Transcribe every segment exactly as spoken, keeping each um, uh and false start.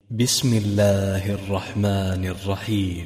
بسم الله الرحمن الرحيم.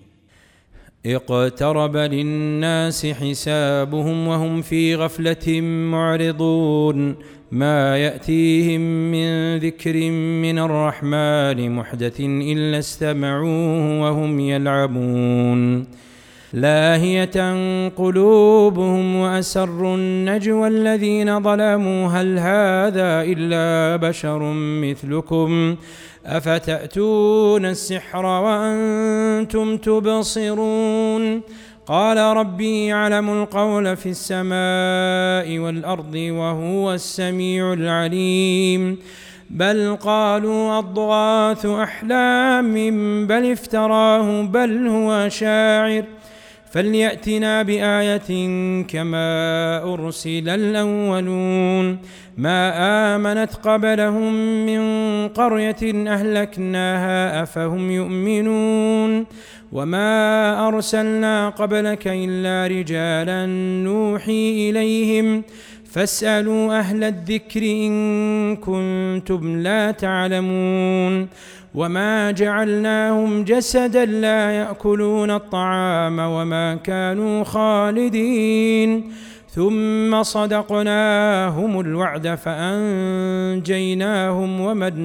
اقترب للناس حسابهم وهم في غفلة معرضون ما يأتيهم من ذكر من الرحمن محدث إلا استمعوه وهم يلعبون لاهية قلوبهم وأسروا النجوى الذين ظلموا هل هذا إلا بشر مثلكم أفتأتون السحر وأنتم تبصرون قال ربي يعلم القول في السماء والأرض وهو السميع العليم بل قالوا أضغاث أحلام بل افتراه بل هو شاعر فليأتنا بآية كما أرسل الأولون ما آمنت قبلهم من قرية أهلكناها أفهم يؤمنون وما أرسلنا قبلك إلا رجالا نوحي إليهم فاسألوا أهل الذكر إن كنتم لا تعلمون وما جعلناهم جسدا لا يأكلون الطعام وما كانوا خالدين ثم صدقناهم الوعد فأنجيناهم ومن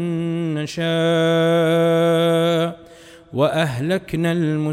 نشاء وأهلكنا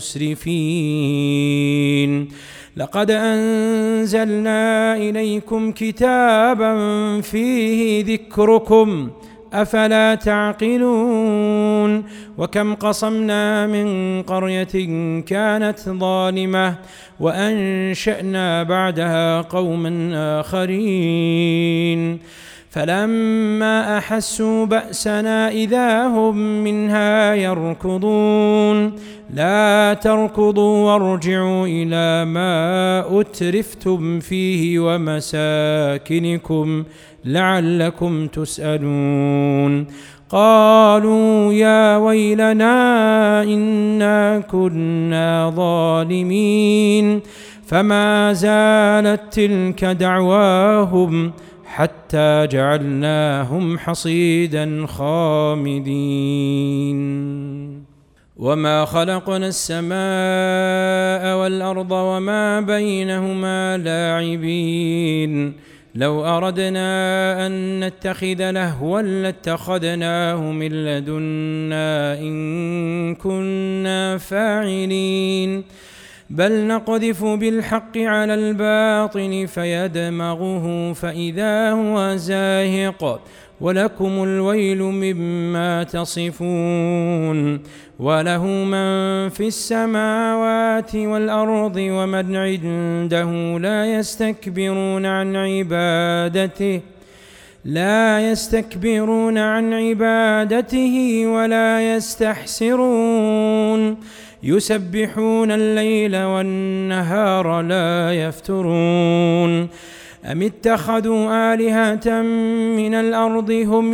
المسرفين لقد أنزلنا إليكم كتابا فيه ذكركم أفلا تعقلون وكم قصمنا من قرية كانت ظالمة وأنشأنا بعدها قوما آخرين فلما أحسوا بأسنا إذا هم منها يركضون لا تركضوا وارجعوا إلى ما أترفتم فيه ومساكنكم لعلكم تسألون قالوا يا ويلنا إنا كنا ظالمين فما زالت تلك دعواهم حتى جعلناهم حصيدا خامدين وما خلقنا السماء والأرض وما بينهما لاعبين لو أردنا أن نتخذ لهوا لاتخذناه من لدنا إن كنا فاعلين بل نقذف بالحق على الباطل فيدمغه فإذا هو زاهق ولكم الويل مما تصفون وله من في السماوات والأرض ومن عنده لا يستكبرون عن عبادته لا يستكبرون عن عبادته ولا يستحسرون يسبحون الليل والنهار لا يفترون أم اتخذوا آلهة من الأرض هم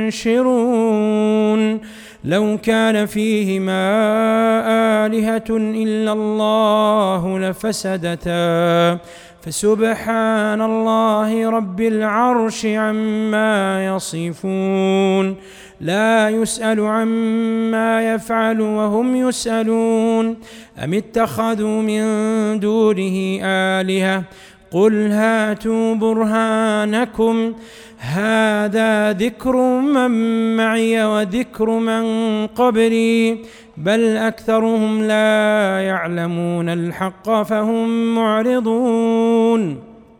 ينشرون لو كان فيهما آلهة إلا الله لفسدتا فسبحان الله رب العرش عما يصفون لا يسأل عما يفعل وهم يسألون أم اتخذوا من دونه آلهة قل هاتوا برهانكم هذا ذكر من معي وذكر من قبلي بل أكثرهم لا يعلمون الحق فهم معرضون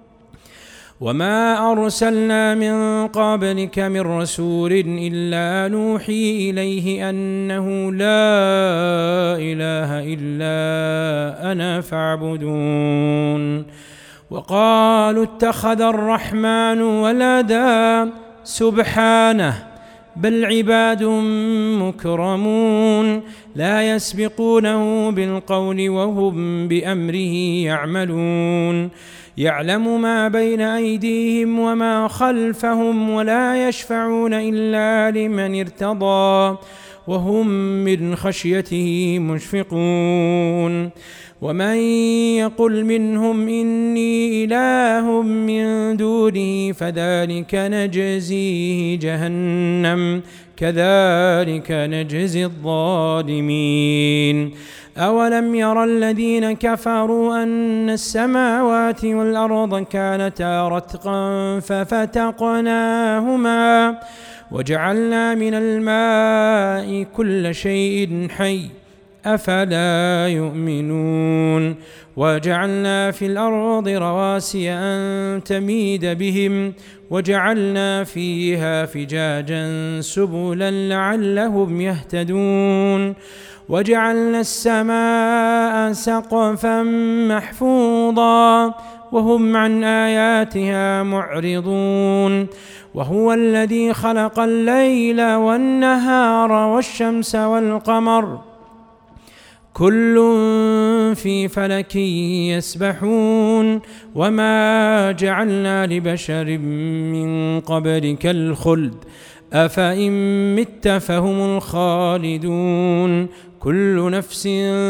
وما أرسلنا من قبلك من رسول إلا نوحي إليه أنه لا إله إلا أنا فاعبدون وقالوا اتخذ الرحمن ولدا سبحانه بل عباد مكرمون لا يسبقونه بالقول وهم بأمره يعملون يعلم ما بين أيديهم وما خلفهم ولا يشفعون إلا لمن ارتضى وهم من خشيته مشفقون ومن يقل منهم إني إله من دونه فذلك نجزيه جهنم كذلك نجزي الظالمين. أولم ير الذين كفروا أن السماوات والأرض كانتا رتقا ففتقناهما وجعلنا من الماء كل شيء حي أفلا يؤمنون. وجعلنا في الأرض رواسي أن تميد بهم وجعلنا فيها فجاجا سبلا لعلهم يهتدون. وجعلنا السماء سقفا محفوظا وهم عن آياتها معرضون. وهو الذي خلق الليل والنهار والشمس والقمر كل في فلك يسبحون. وما جعلنا لبشر من قبلك الخلد أفإن مت فهم الخالدون. كل نفس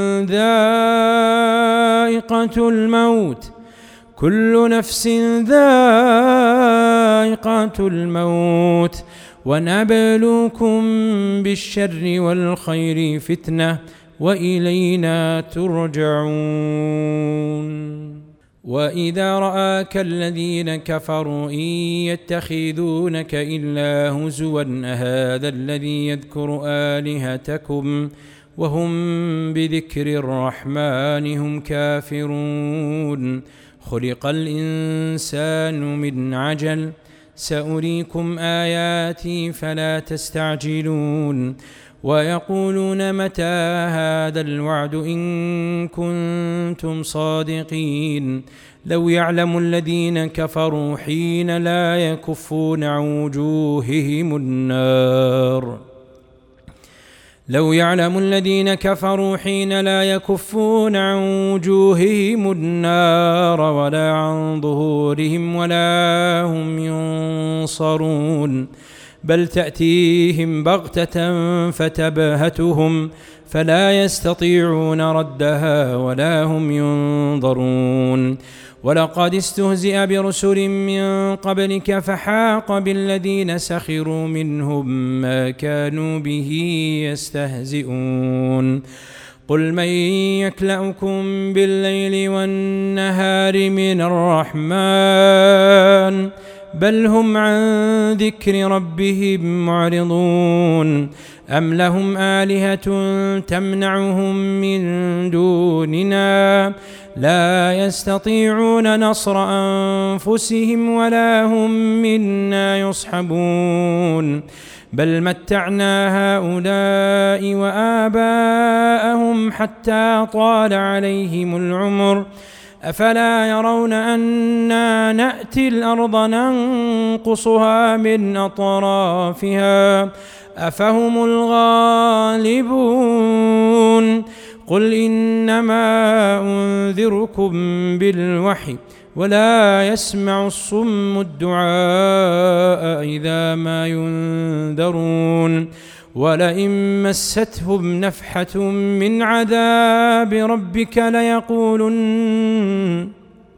ذائقة الموت كل نفس ذائقة الموت ونبلوكم بالشر والخير فتنة وإلينا ترجعون. وإذا رآك الذين كفروا إن يتخذونك إلا هزوا أهذا الذي يذكر آلهتكم وهم بذكر الرحمن هم كافرون. خلق الإنسان من عجل سأريكم آياتي فلا تستعجلون. ويقولون متى هذا الوعد إن كنتم صادقين. لو يعلم الذين كفروا حين لا يكفون عن وجوههم النار لو يعلم الذين كفروا حين لا يكفون عن وجوههم النار ولا عن ظهورهم ولا هم ينصرون. بل تأتيهم بغتة فتبهتهم فلا يستطيعون ردها ولا هم ينظرون. ولقد استهزئ برسل من قبلك فحاق بالذين سخروا منهم ما كانوا به يستهزئون. قل من يكلأكم بالليل والنهار من الرحمن بل هم عن ذكر ربهم معرضون. أم لهم آلهة تمنعهم من دوننا لا يستطيعون نصر أنفسهم ولا هم منا يصحبون. بل متعنا هؤلاء وآباءهم حتى طال عليهم العمر أفلا يرون أنا نأتي الأرض ننقصها من أطرافها أفهم الغالبون. قل إنما أنذركم بالوحي ولا يسمع الصم الدعاء إذا ما ينذرون. ولئن مستهم نفحة من عذاب ربك ليقولن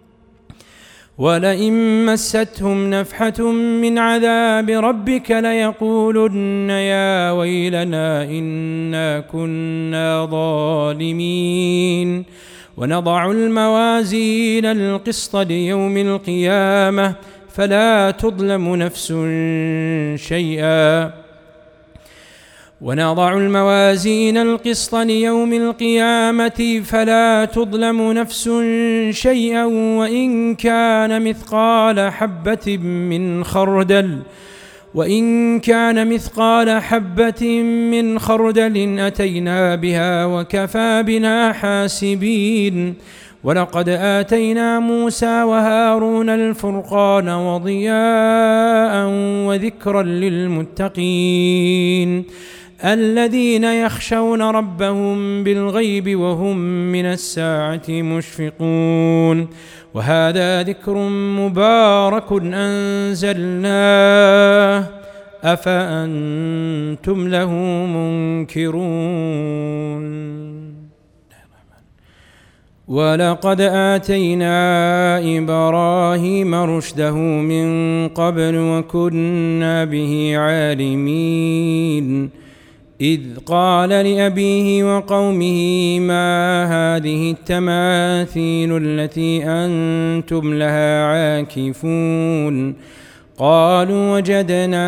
ولئن مستهم نفحة من عذاب ربك ليقولن يا ويلنا إنا كنا ظالمين. ونضع الموازين القسط ليوم القيامة فلا تظلم نفس شيئا ونضع الموازين القسط ليوم القيامة فلا تظلم نفس شيئا وإن كان مثقال حبة من خردل وإن كان مثقال حبة من خردل أتينا بها وكفى بنا حاسبين. ولقد آتينا موسى وهارون الفرقان وضياء وذكرا للمتقين الذين يخشون ربهم بالغيب وهم من الساعة مشفقون. وهذا ذكر مبارك أنزلناه أفأنتم له منكرون. ولقد آتينا إبراهيم رشده من قبل وكنا به عالمين إذ قال لأبيه وقومه ما هذه التماثيل التي أنتم لها عاكفون قالوا وجدنا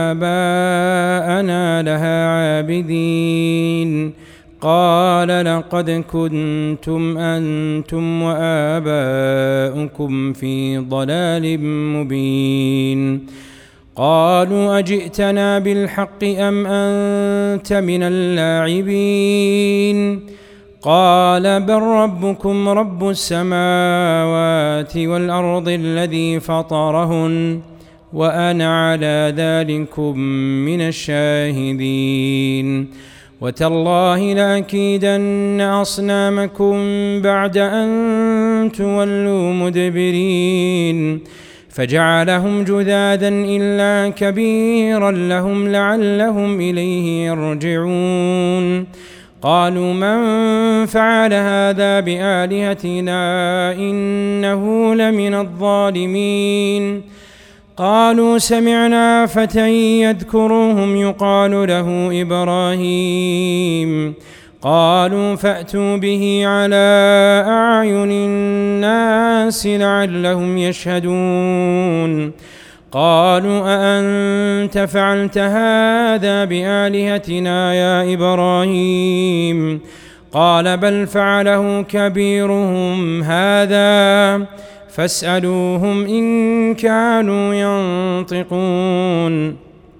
آباءنا لها عابدين قال لقد كنتم أنتم وآباؤكم في ضلال مبين قالوا أجئتنا بالحق أم أنت من اللاعبين قال بل ربكم رب السماوات والأرض الذي فطرهن وأنا على ذلكم من الشاهدين وتالله لأكيدن أصنامكم بعد أن تولوا مدبرين فجعلهم جذاذا إلا كبيرا لهم لعلهم إليه يرجعون قالوا من فعل هذا بآلهتنا إنه لمن الظالمين قالوا سمعنا فتى يذكرهم يقال له إبراهيم قالوا فأتوا به على أعين الناس لعلهم يشهدون قالوا أأنت فعلت هذا بآلهتنا يا إبراهيم قال بل فعله كبيرهم هذا فاسألوهم إن كانوا ينطقون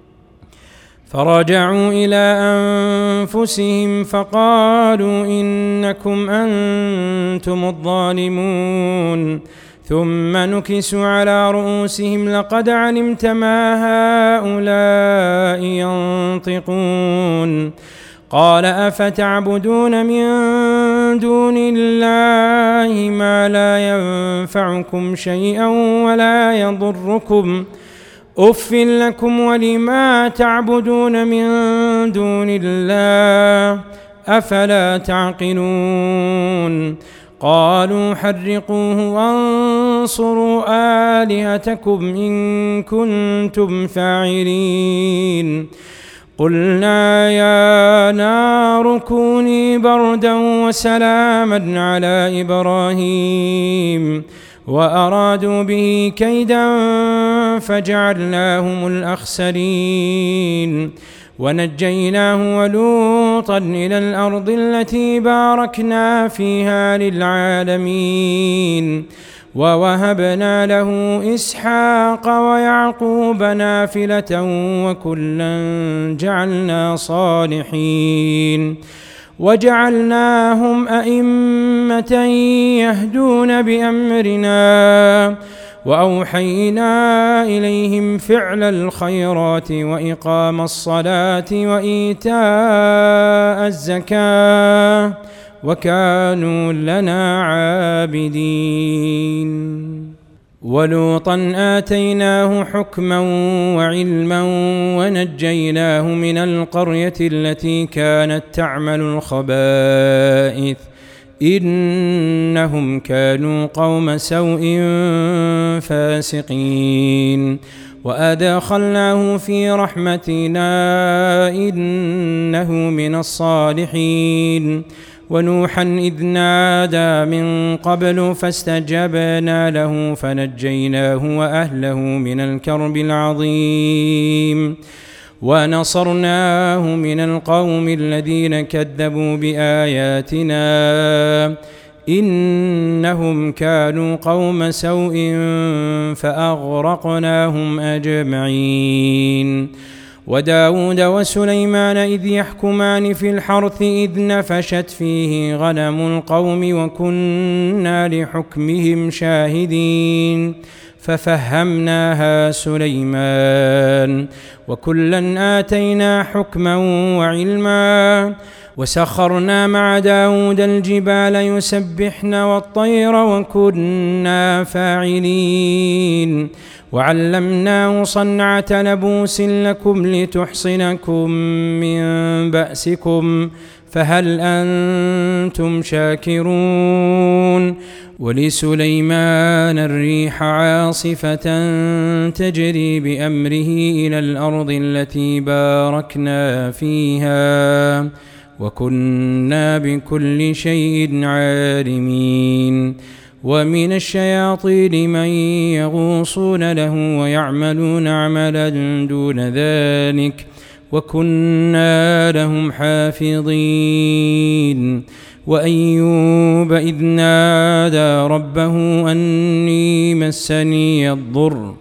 فرجعوا إلى أنفسهم فقالوا إنكم أنتم الظالمون ثم نكسوا على رؤوسهم لقد علمت ما هؤلاء ينطقون قال أفتعبدون من دون الله ما لا ينفعكم شيئا ولا يضركم أف لكم ولما تعبدون من دون الله أفلا تعقلون قالوا حرقوه وانصروا آلهتكم إن كنتم فاعلين قلنا يا نار كوني بردا وسلاما على إبراهيم وأرادوا به كيدا فجعلناهم الأخسرين ونجيناه ولوطا إلى الأرض التي باركنا فيها للعالمين ووهبنا له إسحاق ويعقوب نافلة وكلا جعلنا صالحين وجعلناهم أئمة يهدون بأمرنا وأوحينا إليهم فعل الخيرات وإقام الصلاة وإيتاء الزكاة وكانوا لنا عابدين ولوطا آتيناه حكما وعلما ونجيناه من القرية التي كانت تعمل الخبائث إنهم كانوا قوم سوء فاسقين وأدخلناه في رحمتنا إنه من الصالحين ونوحا إذ نادى من قبل فاستجبنا له فنجيناه وأهله من الكرب العظيم ونصرناه من القوم الذين كذبوا بآياتنا إنهم كانوا قوم سوء فأغرقناهم أجمعين وداود وسليمان إذ يحكمان في الحرث إذ نفشت فيه غنم القوم وكنا لحكمهم شاهدين ففهمناها سليمان وكلا آتينا حكما وعلما وسخرنا مع داود الجبال يسبحن والطير وكنا فاعلين وعلمناه صنعة لبوس لكم لتحصنكم من بأسكم فهل أنتم شاكرون ولسليمان الريح عاصفة تجري بأمره إلى الأرض التي باركنا فيها وكنا بكل شيء عالمين ومن الشياطين من يغوصون له ويعملون عملا دون ذلك وكنا لهم حافظين وأيوب إذ نادى ربه أني مسني الضر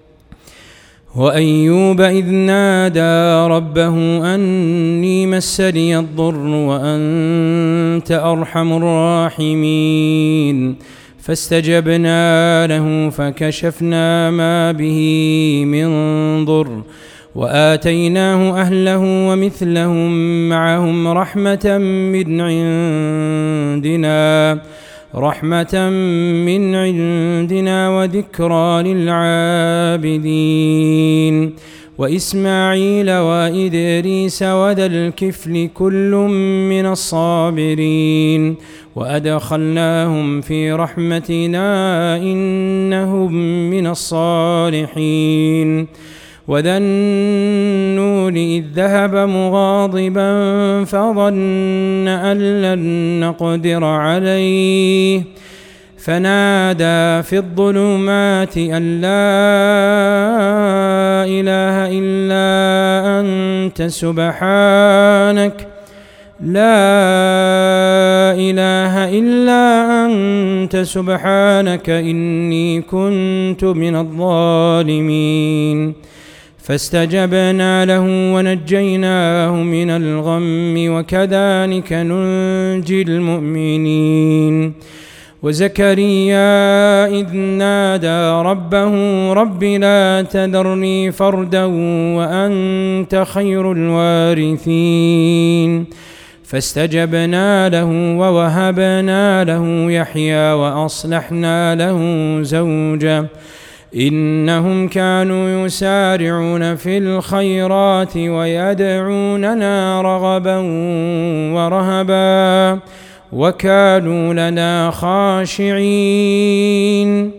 وأيوب إذ نادى ربه أني مسني الضر وأنت أرحم الراحمين فاستجبنا له فكشفنا ما به من ضر وآتيناه أهله ومثلهم معهم رحمة من عندنا رحمة من عندنا وذكرى للعابدين وإسماعيل وإدريس وذا الكفل كل من الصابرين وأدخلناهم في رحمتنا إنهم من الصالحين وذا النون إذ ذهب مغاضبا فظن أن لن نقدر عليه فنادى في الظلمات أن لا إله إلا أنت سبحانك لا إله إلا أنت سبحانك إني كنت من الظالمين فاستجبنا له ونجيناه من الغم وكذلك ننجي المؤمنين وزكريا إذ نادى ربه رب لا تذرني فردا وأنت خير الوارثين فاستجبنا له ووهبنا له يحيى وأصلحنا له زوجه إنهم كانوا يسارعون في الخيرات ويدعوننا رغبا ورهبا وكانوا لنا خاشعين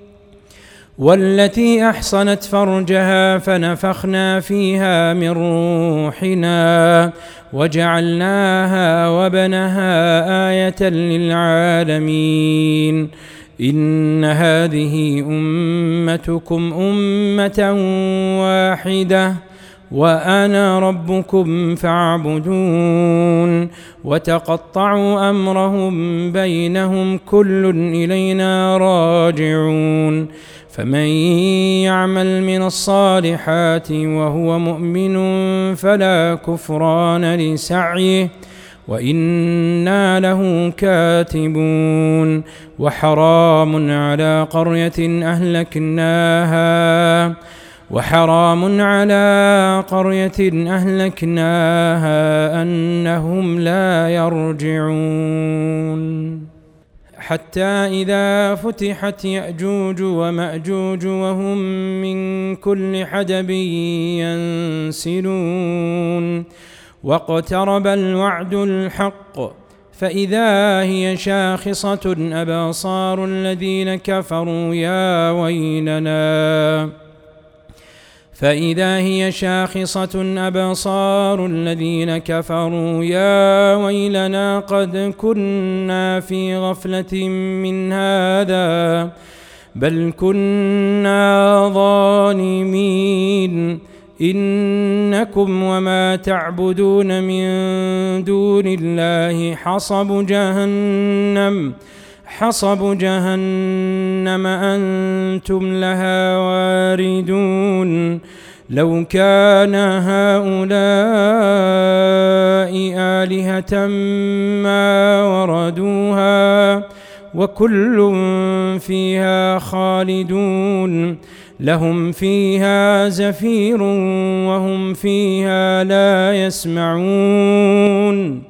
والتي أحصنت فرجها فنفخنا فيها من روحنا وجعلناها وابنها آية للعالمين إن هذه أمتكم أمة واحدة وأنا ربكم فاعبدون وتقطعوا أمرهم بينهم كل إلينا راجعون فمن يعمل من الصالحات وهو مؤمن فلا كفران لسعيه وإنا له كاتبون وحرام على قرية أهلكناها وحرام على قرية أهلكناها أنهم لا يرجعون حتى إذا فتحت يأجوج ومأجوج وهم من كل حدب ينسلون واقترب الوعد الحق فإذا هي شاخصة أبصار الذين كفروا يا ويلنا فإذا هي شاخصة أبصار الذين كفروا يا ويلنا قد كنا في غفلة من هذا بل كنا ظالمين إنكم وما تعبدون من دون الله حصب جهنم حصب جهنم أنتم لها واردون لو كان هؤلاء آلهة ما وردوها وكل فيها خالدون لهم فيها زفير وهم فيها لا يسمعون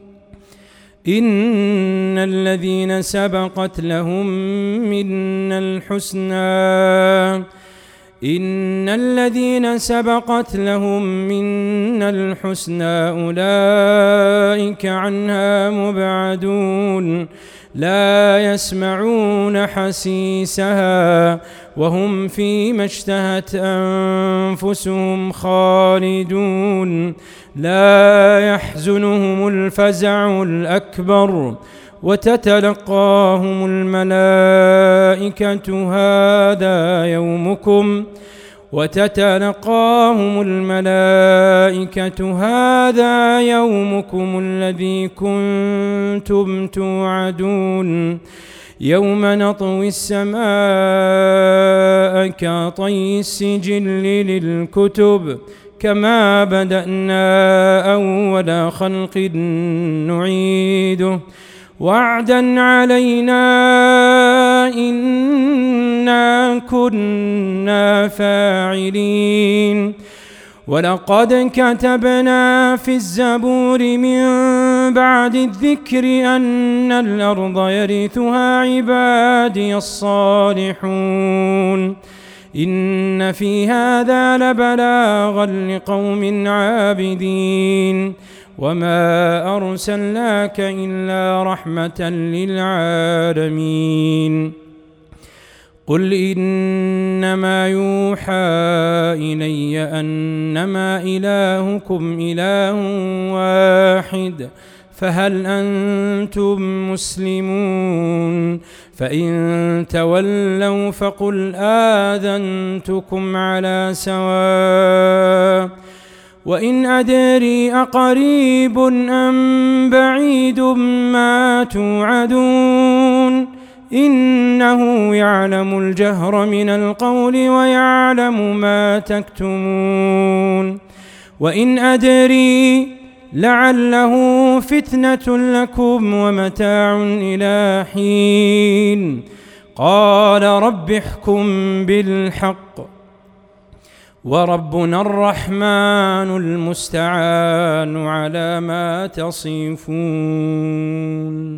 إن الذين سبقت لهم منا الحسنى إن الذين سبقت لهم منا الحسنى أولئك عنها مبعدون لا يسمعون حسيسها وهم فيما اشتهت أنفسهم خالدون لا يحزنهم الفزع الأكبر وتتلقاهم الملائكة هذا يومكم وتتلقاهم الملائكة هذا يومكم الذي كنتم توعدون يوم نطوي السماء كطي السجل للكتب كما بدأنا أول خلق نعيده وعدا علينا إنا كنا فاعلين ولقد كتبنا في الزبور من بعد الذكر أن الأرض يرثها عبادي الصالحون إن في هذا لبلاغا لقوم عابدين وما أرسلناك إلا رحمة للعالمين قل إنما يوحى إلي أنما إلهكم إله واحد فهل أنتم مسلمون فإن تولوا فقل آذنتكم على سواء وإن أدري أقريب أم بعيد ما توعدون إنه يعلم الجهر من القول ويعلم ما تكتمون وإن أدري لعله فتنة لكم ومتاع إلى حين قال رب احكم بالحق وربنا الرحمن المستعان على ما تصفون.